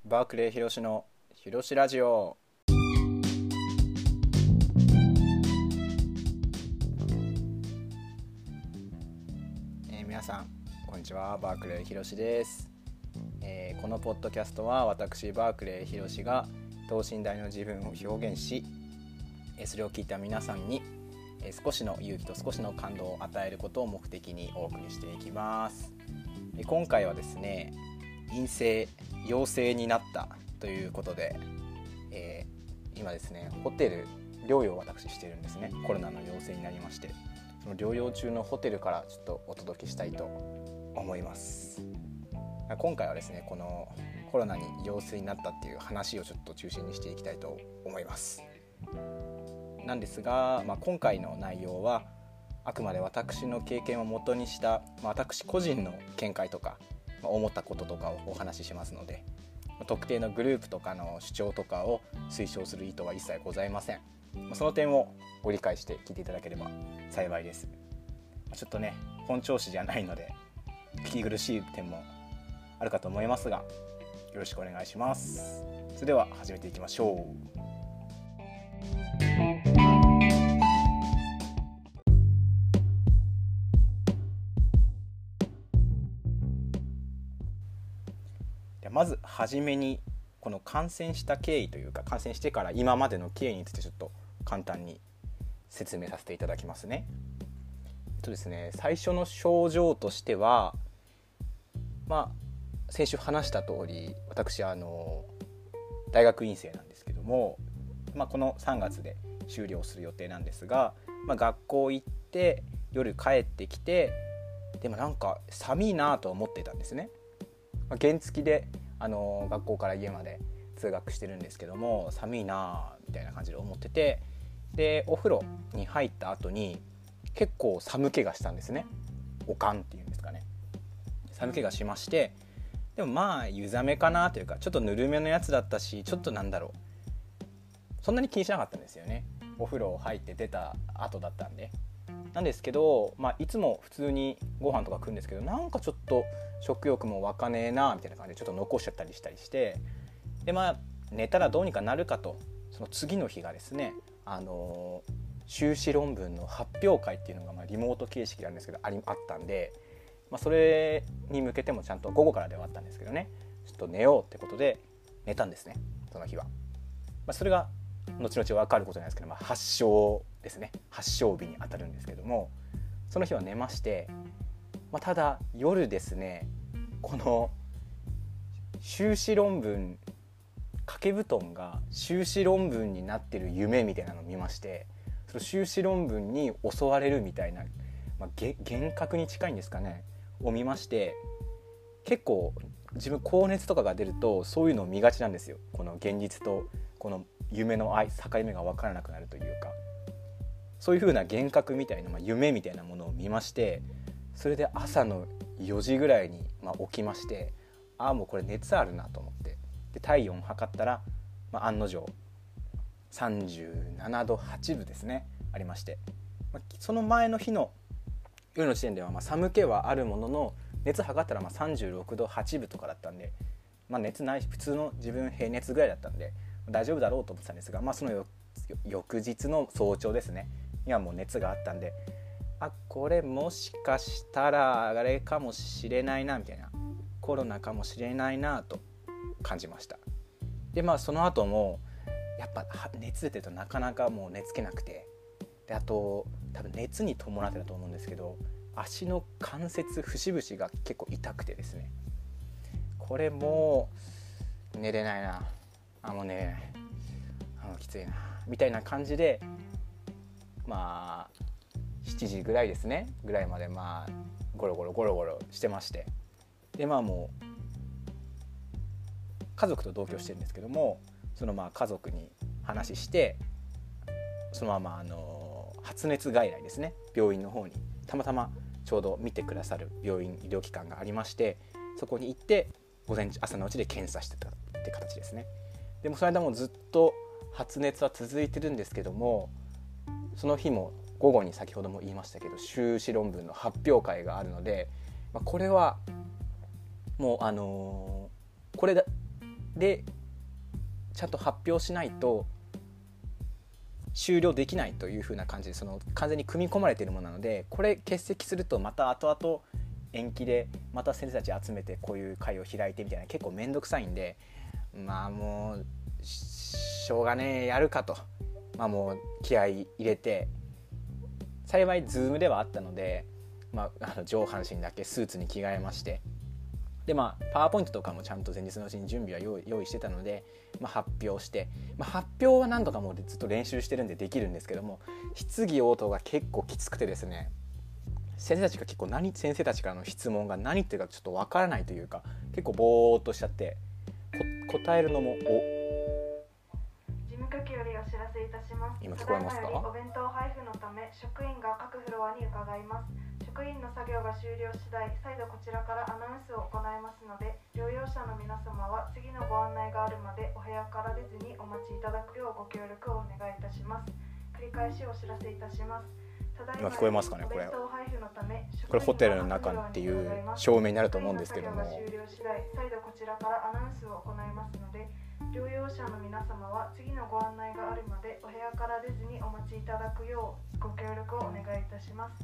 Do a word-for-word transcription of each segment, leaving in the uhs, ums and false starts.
バークレーひろしのひろしラジオ。えー、皆さんこんにちは、バークレーひろしです。えー、このポッドキャストは私バークレーひろしが等身大の自分を表現し、それを聞いた皆さんに少しの勇気と少しの感動を与えることを目的にお送りしていきます。今回はですね、陰性陽性になったということで、えー、今ですねホテル療養を私しているんですね。コロナの陽性になりまして、その療養中のホテルからちょっとお届けしたいと思います。今回はですね、このコロナに陽性になったっていう話をちょっと中心にしていきたいと思います。なんですが、まあ、今回の内容はあくまで私の経験を元にした、まあ、私個人の見解とか、まあ、思ったこととかをお話ししますので、特定のグループとかの主張とかを推奨する意図は一切ございません。まあ、その点をご理解して聞いていただければ幸いです。ちょっとね本調子じゃないので聞き苦しい点もあるかと思いますが、よろしくお願いします。それでは始めていきましょう。まずはじめにこの感染した経緯というか、感染してから今までの経緯についてちょっと簡単に説明させていただきますね。えっとですね、最初の症状としては、まあ先週話した通り、私あの大学院生なんですけども、まあ、このさんがつで終了する予定なんですが、まあ、学校行って夜帰ってきて、でもなんか寒いなと思ってたんですね。まあ、原付であの学校から家まで通学してるんですけども、寒いなみたいな感じで思ってて、でお風呂に入った後に結構寒気がしたんですね。おかんっていうんですかね、寒気がしまして、でもまあ湯冷めかなというか、ちょっとぬるめのやつだったし、ちょっとなんだろう、そんなに気にしなかったんですよね。お風呂入って出た後だったんで。なんですけど、まあ、いつも普通にご飯とか食うんですけど、なんかちょっと食欲も湧かねえなみたいな感じでちょっと残しちゃったりしたりして、でまあ寝たらどうにかなるかと、その次の日がですね、あのー、修士論文の発表会っていうのがまあリモート形式なんですけど あ, りあったんで、まあ、それに向けてもちゃんと午後からではあったんですけどね、ちょっと寝ようってことで寝たんですね、その日は。まあ、それが後々分かることなんですけど、まあ、発症ですね、発症日に当たるんですけども、その日は寝まして、まあ、ただ夜ですね、この修士論文掛け布団が修士論文になってる夢みたいなのを見まして、その修士論文に襲われるみたいな、まあ、幻覚に近いんですかねを見まして、結構自分高熱とかが出るとそういうのを見がちなんですよ。この現実とこの夢の境目が分からなくなるというか、そういう風な幻覚みたいな、まあ、夢みたいなものを見まして、それで朝のよじぐらいにまあ起きまして、ああもうこれ熱あるなと思って、で体温測ったら、まあ、案の定さんじゅうななどはちぶですねありまして、まあ、その前の日の夜の時点ではまあ寒気はあるものの、熱測ったらまあさんじゅうろくどはちぶとかだったんで、まあ、熱ない、普通の自分平熱ぐらいだったんで大丈夫だろうと思ってたんですが、まあ、その翌日の早朝ですねにはもう熱があったんで、あこれもしかしたらあれかもしれないなみたいな、コロナかもしれないなと感じました。でまあその後もやっぱ熱出てるとなかなかもう寝つけなくて、であと多分熱に伴ってだと思うんですけど、足の関節節々が結構痛くてですね、これもう寝れないな、あもう寝れない、あもうきついなみたいな感じで、まあしちじぐらいですねぐらいまでまあゴロゴロゴロゴロしてまして、でまあもう家族と同居してるんですけども、そのまあ家族に話して、そのままあの発熱外来ですね、病院の方にたまたまちょうど見てくださる病院医療機関がありまして、そこに行って午前中朝のうちで検査してたって形ですね。でもその間もずっと発熱は続いてるんですけども、その日も午後に先ほども言いましたけど修士論文の発表会があるので、まあ、これはもうあのー、これだでちゃんと発表しないと終了できないという風な感じで、その完全に組み込まれているものなので、これ欠席するとまた後々延期でまた先生たち集めてこういう会を開いてみたいな、結構めんどくさいんで、まあもうしょうがねえやるかと、まあもう気合い入れて、幸いズームではあったので、まあ、あの上半身だけスーツに着替えまして、でまあパワーポイントとかもちゃんと前日のうちに準備は用意、用意してたので、まあ、発表して、まあ、発表は何度かもうずっと練習してるんでできるんですけども、質疑応答が結構きつくてですね、先生たちが結構何先生たちからの質問が何っていうかちょっとわからないというか、結構ぼーっとしちゃってこ答えるのもお事務局よりお知らせいたします。 今聞こえますか？ お弁当配布のため職員が各フロアに伺います。職員の作業が終了次第、再度こちらからアナウンスを行いますので、療養者の皆様は次のご案内があるまでお部屋から出ずにお待ちいただくようご協力をお願いいたします。繰り返しお知らせいたします。 今聞こえますかね？これこれホテルの中っていう証明になると思うんですけども、 再度こちらからアナウンスを行いますので、療養者の皆様は次のご案内があるまでお部屋から出ずにお待ちいただくようご協力をお願いいたします。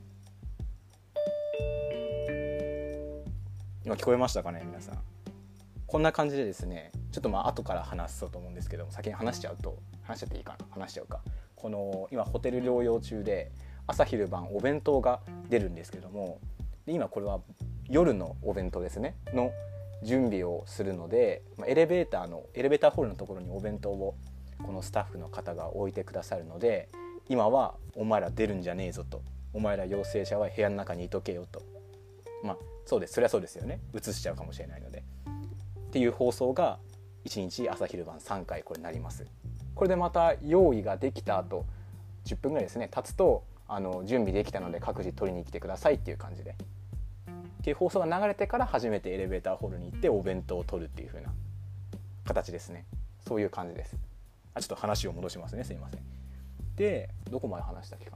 今聞こえましたかね皆さん。こんな感じでですね、ちょっとまあ後から話そうと思うんですけども、先に話しちゃうと話しちゃっていいかな話しちゃうかこの今ホテル療養中で朝昼晩お弁当が出るんですけども、で今これは夜のお弁当ですねの準備をするので、エレベーターのエレベーターホールのところにお弁当をこのスタッフの方が置いてくださるので、今はお前ら出るんじゃねえぞと、お前ら陽性者は部屋の中にいとけよと、まあそうです、それはそうですよね、移しちゃうかもしれないのでっていう放送がいちにち朝昼晩さんかいこれなります。これでまた用意ができた後じゅっぷんぐらいですね経つと、あの準備できたので各自取りに来てくださいっていう感じでっていう放送が流れてから初めてエレベーターホールに行ってお弁当を取るっていう風な形ですね。そういう感じです。あ、ちょっと話を戻しますね、すいません。でどこまで話したっけかな。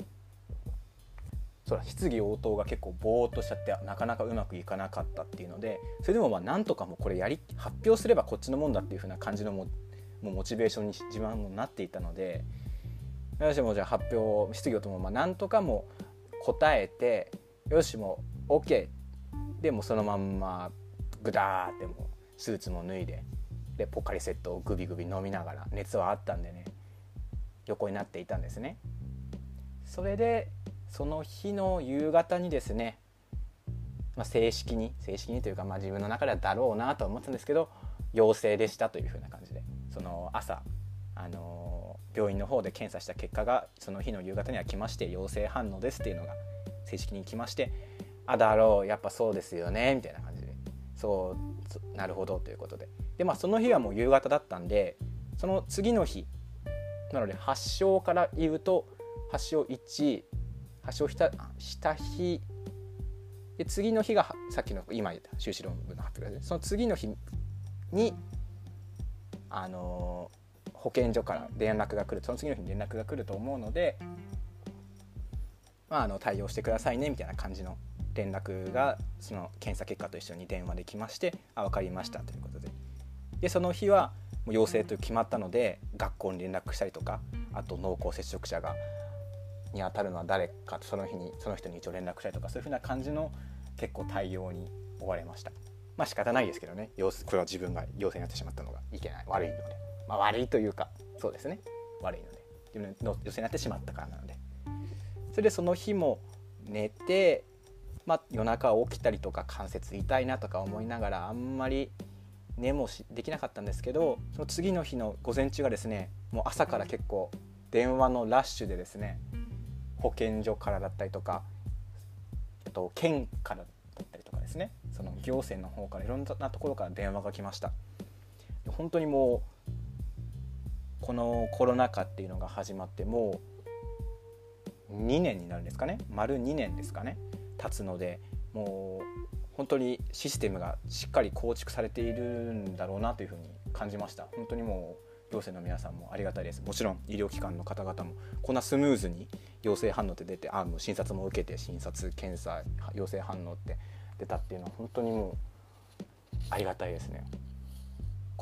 そうだ、質疑応答が結構ぼーっとしちゃってなかなかうまくいかなかったっていうので、それでもまあなんとかもうこれやり発表すればこっちのもんだっていう風な感じのももうモチベーションに自分もなっていたので、よしもうじゃあ発表質疑応答もまあなんとかも答えて、よしもう OK でもそのまんまグダーってもうスーツも脱いででポカリセットをグビグビ飲みながら、熱はあったんでね横になっていたんですね。それでその日の夕方にですね、まあ、正式に正式にというか、まあ、自分の中ではだろうなと思ってたんですけど、陽性でしたというふうな感じで、その朝、あのー、病院の方で検査した結果がその日の夕方には来まして、陽性反応ですっていうのが正式に来まして、あだろうやっぱそうですよねみたいな感じで、そうなるほどということで、でまあその日はもう夕方だったんで、その次の日なので発症から言うと発症いち、発症したした日で、次の日がさっきの今言った修士論文の発表です。その次の日にあのー、保健所から連絡が来る、その次の日に連絡が来ると思うので、まあ、あの対応してくださいねみたいな感じの連絡がその検査結果と一緒に電話で来まして、あ分かりましたということで、でその日はもう陽性と決まったので学校に連絡したりとか、あと濃厚接触者がに当たるのは誰かとその日にその人に一応連絡したりとか、そういう風な感じの結構対応に追われました。まあ仕方ないですけどね、これは自分が陽性になってしまったのがいけない悪いので、まあ悪いというかそうですね、悪いので自分の陽性になってしまったからなので、それでその日も寝て、まあ、夜中起きたりとか関節痛いなとか思いながらあんまり寝もしできなかったんですけど、その次の日の午前中がですね、もう朝から結構電話のラッシュでですね、保健所からだったりとか、あと県からだったりとかですね、その行政の方からいろんなところから電話が来ました。本当にもうこのコロナ禍っていうのが始まってもうにねんになるんですかね、丸にねんですかね経つので、もう本当にシステムがしっかり構築されているんだろうなというふうに感じました。本当にもう行政の皆さんもありがたいです。もちろん医療機関の方々もこんなスムーズに陽性反応って出て、あもう診察も受けて診察検査陽性反応って出たっていうのは本当にもうありがたいですね。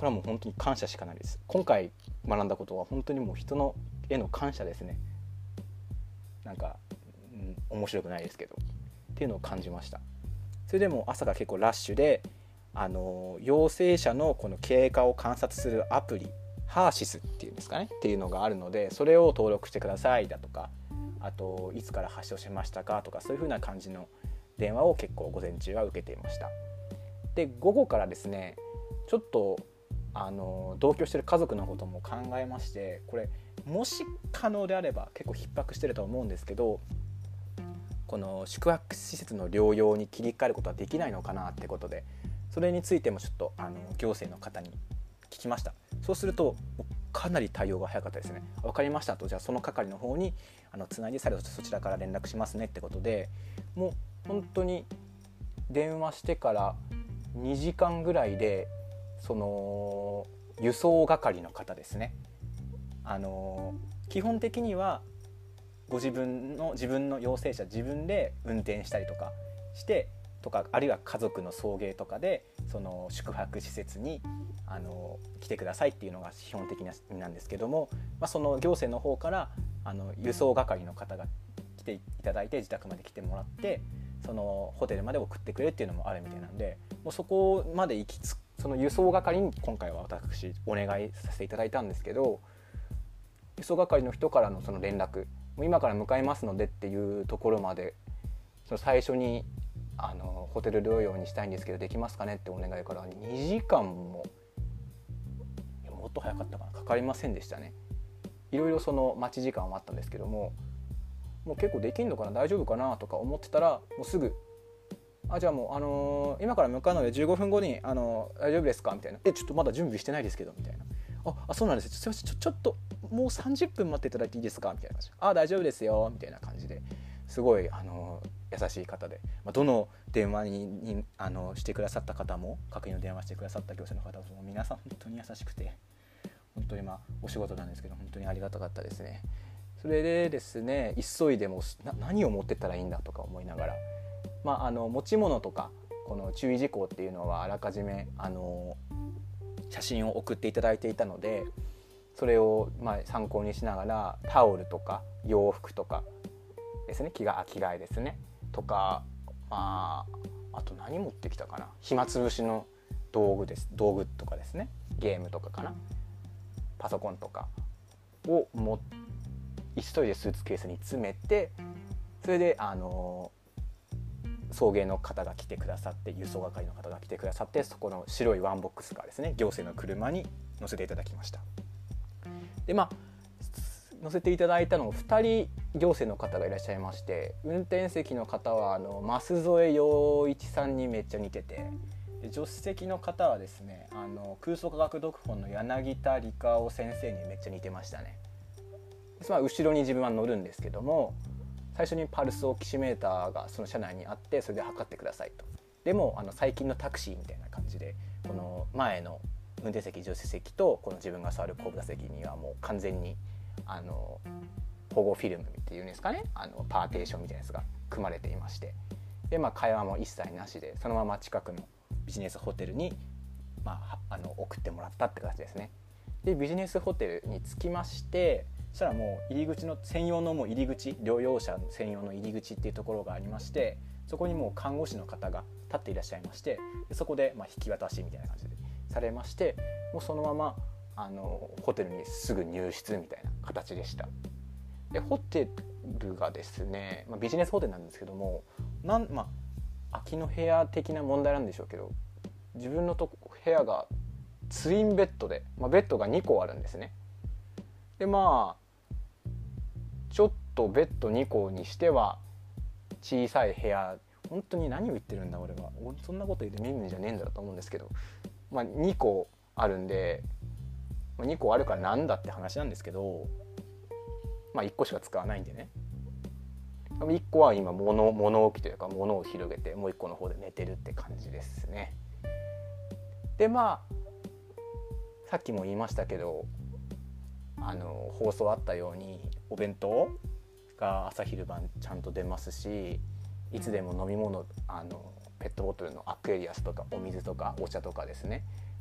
これはもう本当に感謝しかないです。今回学んだことは本当にもう人のへの感謝ですね。なんか、うん、面白くないですけどっていうのを感じました。それでも朝が結構ラッシュで、あの陽性者のこの経過を観察するアプリハーシスっていうんですかねっていうのがあるので、それを登録してくださいだとか、あといつから発症しましたかとか、そういう風な感じの電話を結構午前中は受けていました。で午後からですね、ちょっとあの同居してる家族のことも考えまして、これもし可能であれば結構逼迫してると思うんですけど、この宿泊施設の療養に切り替えることはできないのかなってことで、それについてもちょっとあの行政の方に聞きました。そうするとかなり対応が早かったですね。分かりましたと、じゃあその係の方にあのつないで再度そちらから連絡しますねってことで、もう本当に電話してからにじかんぐらいで、その輸送係の方ですね、あの基本的にはご自分の自分の陽性者自分で運転したりとかしてとか、あるいは家族の送迎とかでその宿泊施設にあの来てくださいっていうのが基本的なんですけども、まあ、その行政の方からあの輸送係の方が来ていただいて自宅まで来てもらって、そのホテルまで送ってくれるっていうのもあるみたいなんで、もうそこまで行きつその輸送係に今回は私お願いさせていただいたんですけど、輸送係の人からのその連絡、もう今から向かいますのでっていうところまで、その最初にあのホテル療養にしたいんですけどできますかねってお願いからにじかんも、いやもっと早かったかな、かかりませんでしたね。いろいろその待ち時間はあったんですけども、もう結構できんのかな、大丈夫かなとか思ってたら、もうすぐあじゃあもう、あのー、今から向かうのでじゅうごふんごに、あのー、大丈夫ですかみたいな。えちょっとまだ準備してないですけどみたいな。ああそうなんです、すいません、ちょちょっともうさんじゅっぷん待っていただいていいですかみたいな感じ。あ大丈夫ですよみたいな感じで、すごい、あのー、優しい方で、まあ、どの電話にに、あのー、してくださった方も、確認の電話してくださった業者の方も皆さん本当に優しくて、本当にまあお仕事なんですけど本当にありがたかったですね。それでですね、急いでもな何を持ってったらいいんだとか思いながら、まあ、あの持ち物とかこの注意事項っていうのはあらかじめあの写真を送っていただいていたので、それをまあ参考にしながらタオルとか洋服とかですね、着替着替えですねとか、まあ、あと何持ってきたかな、暇つぶしの道具です道具とかですね、ゲームとかかな、パソコンとかをも急いでスーツケースに詰めて、それであの送迎の方が来てくださって、輸送係の方が来てくださって、そこの白いワンボックスカーですね、行政の車に乗せていただきました。でまあ乗せていただいたのをふたり行政の方がいらっしゃいまして、運転席の方はあの舛添洋一さんにめっちゃ似てて、で助手席の方はですね、あの空想科学読本の柳田理香夫先生にめっちゃ似てましたね。まあ、後ろに自分は乗るんですけども、最初にパルスオキシメーターがその車内にあって、それで測ってくださいと。でもあの最近のタクシーみたいな感じで、この前の運転席助手席とこの自分が座る後部座席にはもう完全にあの保護フィルムっていうんですかね、あのパーテーションみたいなやつが組まれていまして、で、まあ、会話も一切なしでそのまま近くのビジネスホテルに、まあ、あの送ってもらったって形ですね。でビジネスホテルに着きまして、そしたらもう入り口の専用のもう入り口、療養者専用の入り口っていうところがありまして、そこにもう看護師の方が立っていらっしゃいまして、でそこでまあ引き渡しみたいな感じでされまして、もうそのままあのホテルにすぐ入室みたいな形でした。でホテルがですね、まあ、ビジネスホテルなんですけども、なん、まあ、空きの部屋的な問題なんでしょうけど、自分のとこ部屋がツインベッドで、まあ、ベッドがにこあるんですね。でまあちょっとベッドにこにしては小さい部屋、本当に何を言ってるんだ俺は、そんなこと言って見るんじゃねえんだろうと思うんですけど、まあ、にこあるんで、にこあるからなんだって話なんですけど、まあ、いっこしか使わないんでね、いっこは今物、物置というか物を広げて、もういっこの方で寝てるって感じですね。でまあさっきも言いましたけど、あの放送あったようにお弁当が朝昼晩ちゃんと出ますし、いつでも飲み物、あのペットボトルのアクエリアスとかお水とかお茶とかですね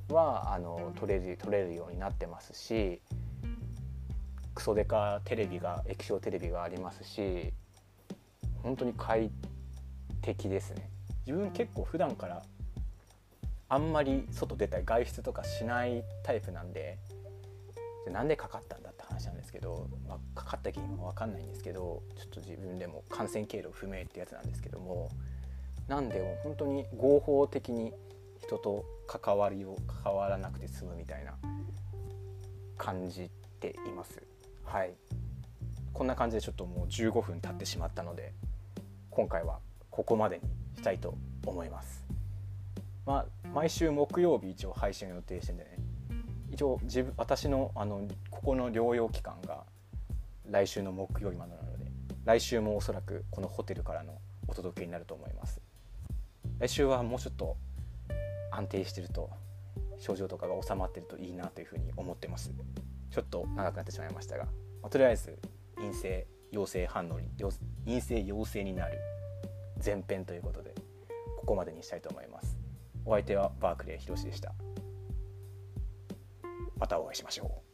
はあの取れる取れるようになってますし、クソデカテレビが液晶テレビがありますし、本当に快適ですね。自分結構普段からあんまり外出たり外出とかしないタイプなんで、なんでかかったんだって話なんですけど、まあ、かかった原因は分かんないんですけど、ちょっと自分でも感染経路不明ってやつなんですけども、なんでも本当に合法的に人と関わりを関わらなくて済むみたいな感じています。はい、こんな感じでちょっともうじゅうごふん経ってしまったので、今回はここまでにしたいと思います。まあ、毎週木曜日一応配信を予定してんでね、一応自分私のあのここの療養期間が来週の木曜日までなので、来週もおそらくこのホテルからのお届けになると思います。来週はもうちょっと安定してると、症状とかが収まってるといいなというふうに思ってます。ちょっと長くなってしまいましたが、まあ、とりあえず陰性陽性反応に陰性陽性になる前編ということで、ここまでにしたいと思います。お相手はバークレーひろしでした。またお会いしましょう。